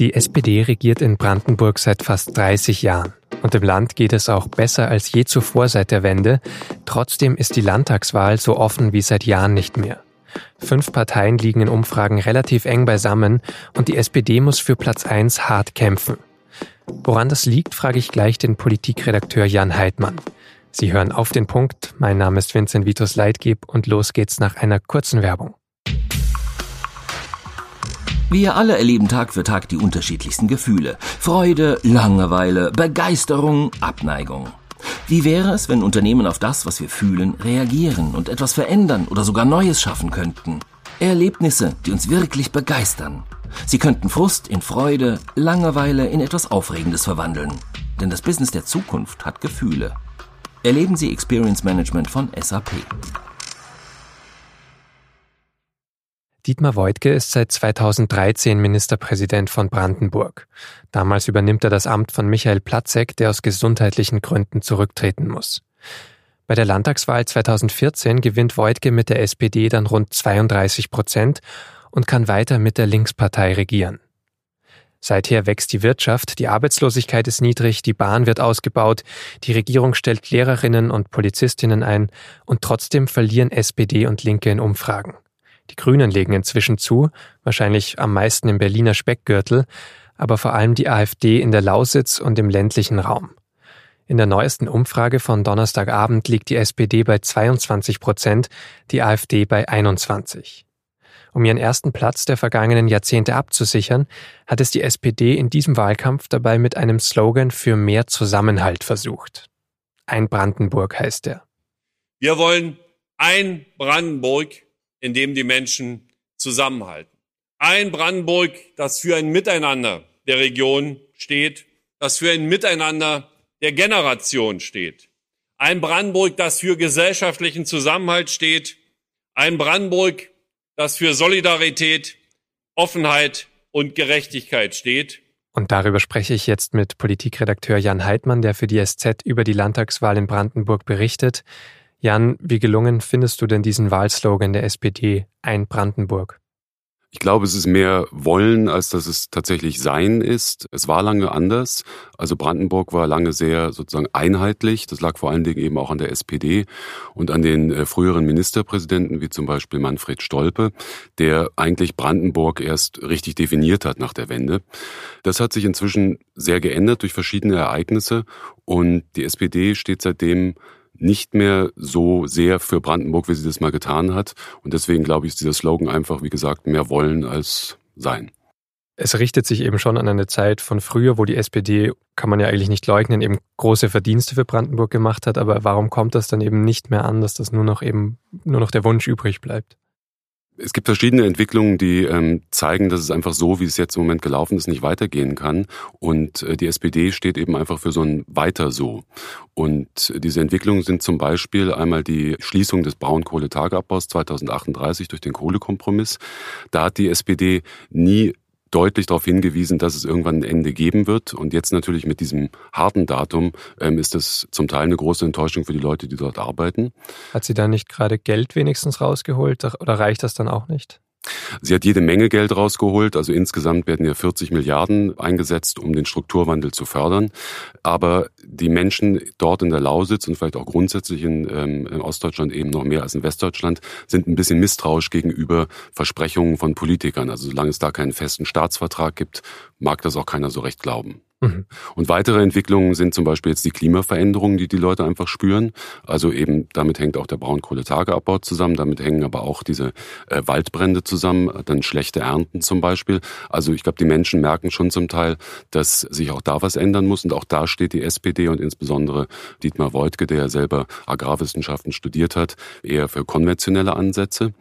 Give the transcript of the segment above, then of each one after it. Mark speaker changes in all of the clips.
Speaker 1: Die SPD regiert in Brandenburg seit fast 30 Jahren. Und dem Land geht es auch besser als je zuvor seit der Wende. Trotzdem ist die Landtagswahl so offen wie seit Jahren nicht mehr. 5 Parteien liegen in Umfragen relativ eng beisammen und die SPD muss für Platz 1 hart kämpfen. Woran das liegt, frage ich gleich den Politikredakteur Jan Heidmann. Sie hören auf den Punkt. Mein Name ist Vincent Vitus Leitgeb und los geht's nach einer kurzen Werbung.
Speaker 2: Wir alle erleben Tag für Tag die unterschiedlichsten Gefühle. Freude, Langeweile, Begeisterung, Abneigung. Wie wäre es, wenn Unternehmen auf das, was wir fühlen, reagieren und etwas verändern oder sogar Neues schaffen könnten? Erlebnisse, die uns wirklich begeistern. Sie könnten Frust in Freude, Langeweile in etwas Aufregendes verwandeln. Denn das Business der Zukunft hat Gefühle. Erleben Sie Experience Management von SAP.
Speaker 1: Dietmar Woidke ist seit 2013 Ministerpräsident von Brandenburg. Damals übernimmt er das Amt von Michael Platzek, der aus gesundheitlichen Gründen zurücktreten muss. Bei der Landtagswahl 2014 gewinnt Woidke mit der SPD dann rund 32% und kann weiter mit der Linkspartei regieren. Seither wächst die Wirtschaft, die Arbeitslosigkeit ist niedrig, die Bahn wird ausgebaut, die Regierung stellt Lehrerinnen und Polizistinnen ein und trotzdem verlieren SPD und Linke in Umfragen. Die Grünen legen inzwischen zu, wahrscheinlich am meisten im Berliner Speckgürtel, aber vor allem die AfD in der Lausitz und im ländlichen Raum. In der neuesten Umfrage von Donnerstagabend liegt die SPD bei 22%, die AfD bei 21%. Um ihren ersten Platz der vergangenen Jahrzehnte abzusichern, hat es die SPD in diesem Wahlkampf dabei mit einem Slogan für mehr Zusammenhalt versucht. Ein Brandenburg heißt er.
Speaker 3: Wir wollen ein Brandenburg, in dem die Menschen zusammenhalten. Ein Brandenburg, das für ein Miteinander der Region steht, das für ein Miteinander der Generation steht. Ein Brandenburg, das für gesellschaftlichen Zusammenhalt steht. Ein Brandenburg, das für Solidarität, Offenheit und Gerechtigkeit steht.
Speaker 1: Und darüber spreche ich jetzt mit Politikredakteur Jan Heidmann, der für die SZ über die Landtagswahl in Brandenburg berichtet. Jan, wie gelungen findest du denn diesen Wahlslogan der SPD, ein Brandenburg?
Speaker 4: Ich glaube, es ist mehr Wollen, als dass es tatsächlich Sein ist. Es war lange anders. Also Brandenburg war lange sehr sozusagen einheitlich. Das lag vor allen Dingen eben auch an der SPD und an den früheren Ministerpräsidenten, wie zum Beispiel Manfred Stolpe, der eigentlich Brandenburg erst richtig definiert hat nach der Wende. Das hat sich inzwischen sehr geändert durch verschiedene Ereignisse und die SPD steht seitdem nicht mehr so sehr für Brandenburg, wie sie das mal getan hat. Und deswegen, glaube ich, ist dieser Slogan einfach, wie gesagt, mehr Wollen als Sein.
Speaker 1: Es richtet sich eben schon an eine Zeit von früher, wo die SPD, kann man ja eigentlich nicht leugnen, eben große Verdienste für Brandenburg gemacht hat. Aber warum kommt das dann eben nicht mehr an, dass das nur noch der Wunsch übrig bleibt?
Speaker 4: Es gibt verschiedene Entwicklungen, die zeigen, dass es einfach so, wie es jetzt im Moment gelaufen ist, nicht weitergehen kann. Und die SPD steht eben einfach für so ein Weiter so. Und diese Entwicklungen sind zum Beispiel einmal die Schließung des Braunkohletagebaues 2038 durch den Kohlekompromiss. Da hat die SPD nie deutlich darauf hingewiesen, dass es irgendwann ein Ende geben wird. Und jetzt natürlich mit diesem harten Datum ist das zum Teil eine große Enttäuschung für die Leute, die dort arbeiten.
Speaker 1: Hat sie da nicht gerade Geld wenigstens rausgeholt oder reicht das dann auch nicht?
Speaker 4: Sie hat jede Menge Geld rausgeholt, also insgesamt werden ja 40 Milliarden eingesetzt, um den Strukturwandel zu fördern. Aber die Menschen dort in der Lausitz und vielleicht auch grundsätzlich in Ostdeutschland eben noch mehr als in Westdeutschland sind ein bisschen misstrauisch gegenüber Versprechungen von Politikern. Also solange es da keinen festen Staatsvertrag gibt, mag das auch keiner so recht glauben. Und weitere Entwicklungen sind zum Beispiel jetzt die Klimaveränderungen, die die Leute einfach spüren. Also eben damit hängt auch der Braunkohletageabbau zusammen, damit hängen aber auch diese Waldbrände zusammen, dann schlechte Ernten zum Beispiel. Also ich glaube, die Menschen merken schon zum Teil, dass sich auch da was ändern muss. Und auch da steht die SPD und insbesondere Dietmar Woidke, der ja selber Agrarwissenschaften studiert hat, eher für konventionelle Ansätze.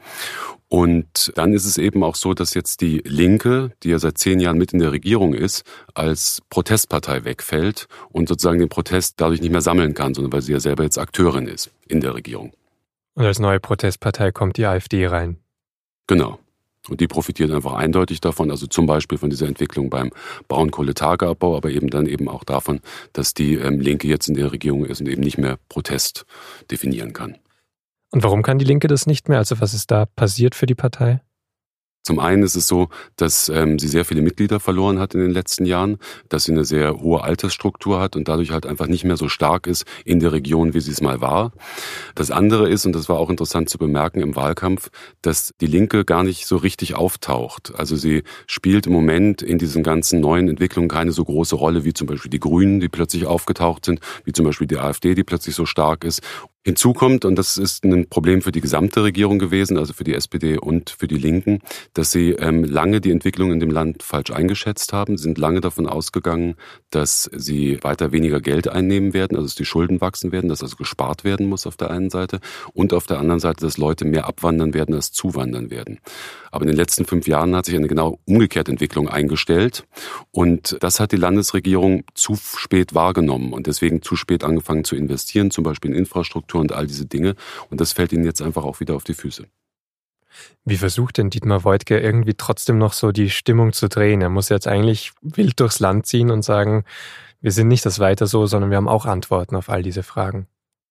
Speaker 4: Und dann ist es eben auch so, dass jetzt die Linke, die ja seit 10 Jahren mit in der Regierung ist, als Protestpartei wegfällt und sozusagen den Protest dadurch nicht mehr sammeln kann, sondern weil sie ja selber jetzt Akteurin ist in der Regierung.
Speaker 1: Und als neue Protestpartei kommt die AfD rein.
Speaker 4: Genau. Und die profitiert einfach eindeutig davon, also zum Beispiel von dieser Entwicklung beim Braunkohletageabbau, aber eben dann eben auch davon, dass die Linke jetzt in der Regierung ist und eben nicht mehr Protest definieren kann.
Speaker 1: Und warum kann die Linke das nicht mehr? Also was ist da passiert für die Partei?
Speaker 4: Zum einen ist es so, dass sie sehr viele Mitglieder verloren hat in den letzten Jahren, dass sie eine sehr hohe Altersstruktur hat und dadurch halt einfach nicht mehr so stark ist in der Region, wie sie es mal war. Das andere ist, und das war auch interessant zu bemerken im Wahlkampf, dass die Linke gar nicht so richtig auftaucht. Also sie spielt im Moment in diesen ganzen neuen Entwicklungen keine so große Rolle wie zum Beispiel die Grünen, die plötzlich aufgetaucht sind, wie zum Beispiel die AfD, die plötzlich so stark ist. Hinzu kommt, und das ist ein Problem für die gesamte Regierung gewesen, also für die SPD und für die Linken, dass sie lange die Entwicklung in dem Land falsch eingeschätzt haben. Sie sind lange davon ausgegangen, dass sie weiter weniger Geld einnehmen werden, also dass die Schulden wachsen werden, dass also gespart werden muss auf der einen Seite und auf der anderen Seite, dass Leute mehr abwandern werden als zuwandern werden. Aber in den letzten 5 Jahren hat sich eine genau umgekehrte Entwicklung eingestellt und das hat die Landesregierung zu spät wahrgenommen und deswegen zu spät angefangen zu investieren, zum Beispiel in Infrastruktur und all diese Dinge. Und das fällt ihnen jetzt einfach auch wieder auf die Füße.
Speaker 1: Wie versucht denn Dietmar Woidke irgendwie trotzdem noch so die Stimmung zu drehen? Er muss jetzt eigentlich wild durchs Land ziehen und sagen, wir sind nicht das Weiter so, sondern wir haben auch Antworten auf all diese Fragen.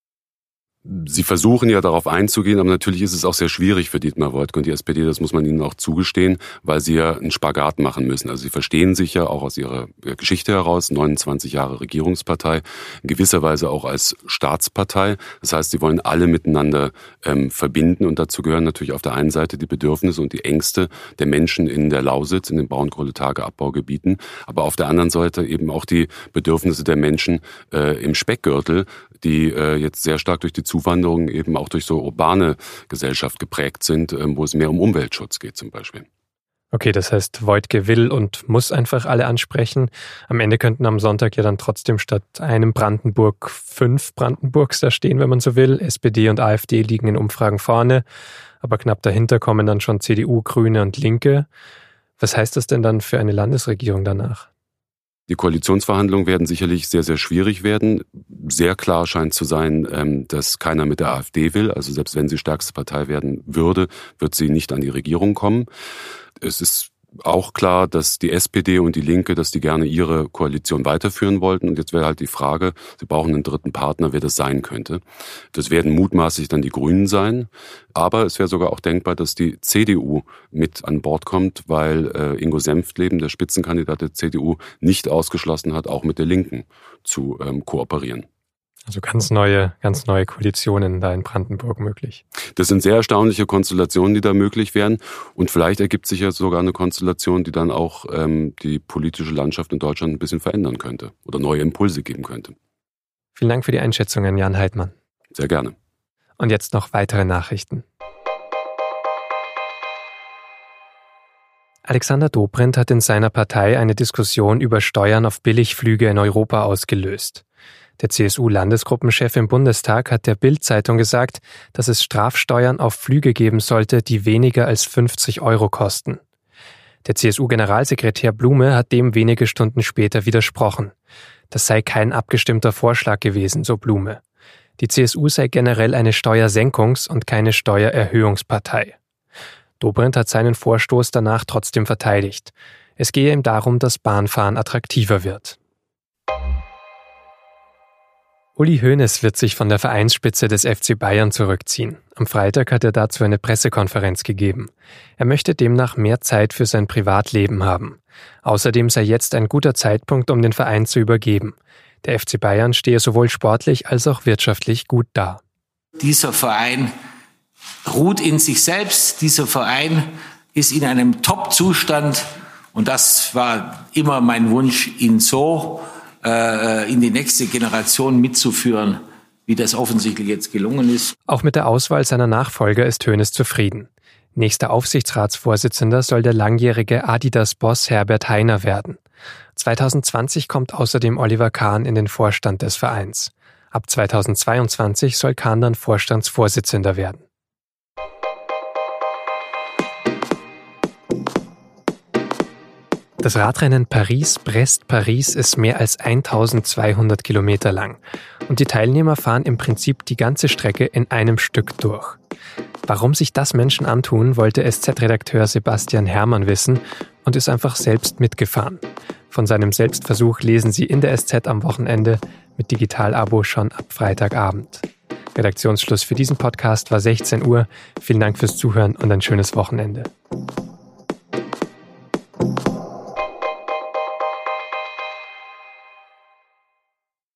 Speaker 4: Sie versuchen ja darauf einzugehen, aber natürlich ist es auch sehr schwierig für Dietmar Woidke und die SPD, das muss man ihnen auch zugestehen, weil sie ja einen Spagat machen müssen. Also sie verstehen sich ja auch aus ihrer Geschichte heraus, 29 Jahre Regierungspartei, in gewisser Weise auch als Staatspartei. Das heißt, sie wollen alle miteinander verbinden und dazu gehören natürlich auf der einen Seite die Bedürfnisse und die Ängste der Menschen in der Lausitz, in den Braunkohletageabbaugebieten, aber auf der anderen Seite eben auch die Bedürfnisse der Menschen im Speckgürtel, die jetzt sehr stark durch die Zuwanderung eben auch durch so urbane Gesellschaft geprägt sind, wo es mehr um Umweltschutz geht zum Beispiel.
Speaker 1: Okay, das heißt, Woidke will und muss einfach alle ansprechen. Am Ende könnten am Sonntag ja dann trotzdem statt einem Brandenburg 5 Brandenburgs da stehen, wenn man so will. SPD und AfD liegen in Umfragen vorne, aber knapp dahinter kommen dann schon CDU, Grüne und Linke. Was heißt das denn dann für eine Landesregierung danach?
Speaker 4: Die Koalitionsverhandlungen werden sicherlich sehr, sehr schwierig werden. Sehr klar scheint zu sein, dass keiner mit der AfD will. Also selbst wenn sie stärkste Partei werden würde, wird sie nicht an die Regierung kommen. Es ist auch klar, dass die SPD und die Linke, dass die gerne ihre Koalition weiterführen wollten. Und jetzt wäre halt die Frage, sie brauchen einen dritten Partner, wer das sein könnte. Das werden mutmaßlich dann die Grünen sein. Aber es wäre sogar auch denkbar, dass die CDU mit an Bord kommt, weil Ingo Senftleben, der Spitzenkandidat der CDU, nicht ausgeschlossen hat, auch mit der Linken zu kooperieren.
Speaker 1: Also ganz neue Koalitionen da in Brandenburg möglich.
Speaker 4: Das sind sehr erstaunliche Konstellationen, die da möglich wären. Und vielleicht ergibt sich ja sogar eine Konstellation, die dann auch die politische Landschaft in Deutschland ein bisschen verändern könnte oder neue Impulse geben könnte.
Speaker 1: Vielen Dank für die Einschätzungen, Jan Heidmann.
Speaker 4: Sehr gerne.
Speaker 1: Und jetzt noch weitere Nachrichten. Alexander Dobrindt hat in seiner Partei eine Diskussion über Steuern auf Billigflüge in Europa ausgelöst. Der CSU-Landesgruppenchef im Bundestag hat der Bild-Zeitung gesagt, dass es Strafsteuern auf Flüge geben sollte, die weniger als 50 € kosten. Der CSU-Generalsekretär Blume hat dem wenige Stunden später widersprochen. Das sei kein abgestimmter Vorschlag gewesen, so Blume. Die CSU sei generell eine Steuersenkungs- und keine Steuererhöhungspartei. Dobrindt hat seinen Vorstoß danach trotzdem verteidigt. Es gehe ihm darum, dass Bahnfahren attraktiver wird. Uli Hoeneß wird sich von der Vereinsspitze des FC Bayern zurückziehen. Am Freitag hat er dazu eine Pressekonferenz gegeben. Er möchte demnach mehr Zeit für sein Privatleben haben. Außerdem sei jetzt ein guter Zeitpunkt, um den Verein zu übergeben. Der FC Bayern stehe sowohl sportlich als auch wirtschaftlich gut da.
Speaker 5: Dieser Verein ruht in sich selbst. Dieser Verein ist in einem Top-Zustand. Und das war immer mein Wunsch, ihn so in die nächste Generation mitzuführen, wie das offensichtlich jetzt gelungen ist.
Speaker 1: Auch mit der Auswahl seiner Nachfolger ist Hoeneß zufrieden. Nächster Aufsichtsratsvorsitzender soll der langjährige Adidas-Boss Herbert Hainer werden. 2020 kommt außerdem Oliver Kahn in den Vorstand des Vereins. Ab 2022 soll Kahn dann Vorstandsvorsitzender werden. Das Radrennen Paris-Brest-Paris ist mehr als 1200 Kilometer lang und die Teilnehmer fahren im Prinzip die ganze Strecke in einem Stück durch. Warum sich das Menschen antun, wollte SZ-Redakteur Sebastian Herrmann wissen und ist einfach selbst mitgefahren. Von seinem Selbstversuch lesen Sie in der SZ am Wochenende mit Digital-Abo schon ab Freitagabend. Redaktionsschluss für diesen Podcast war 16 Uhr. Vielen Dank fürs Zuhören und ein schönes Wochenende.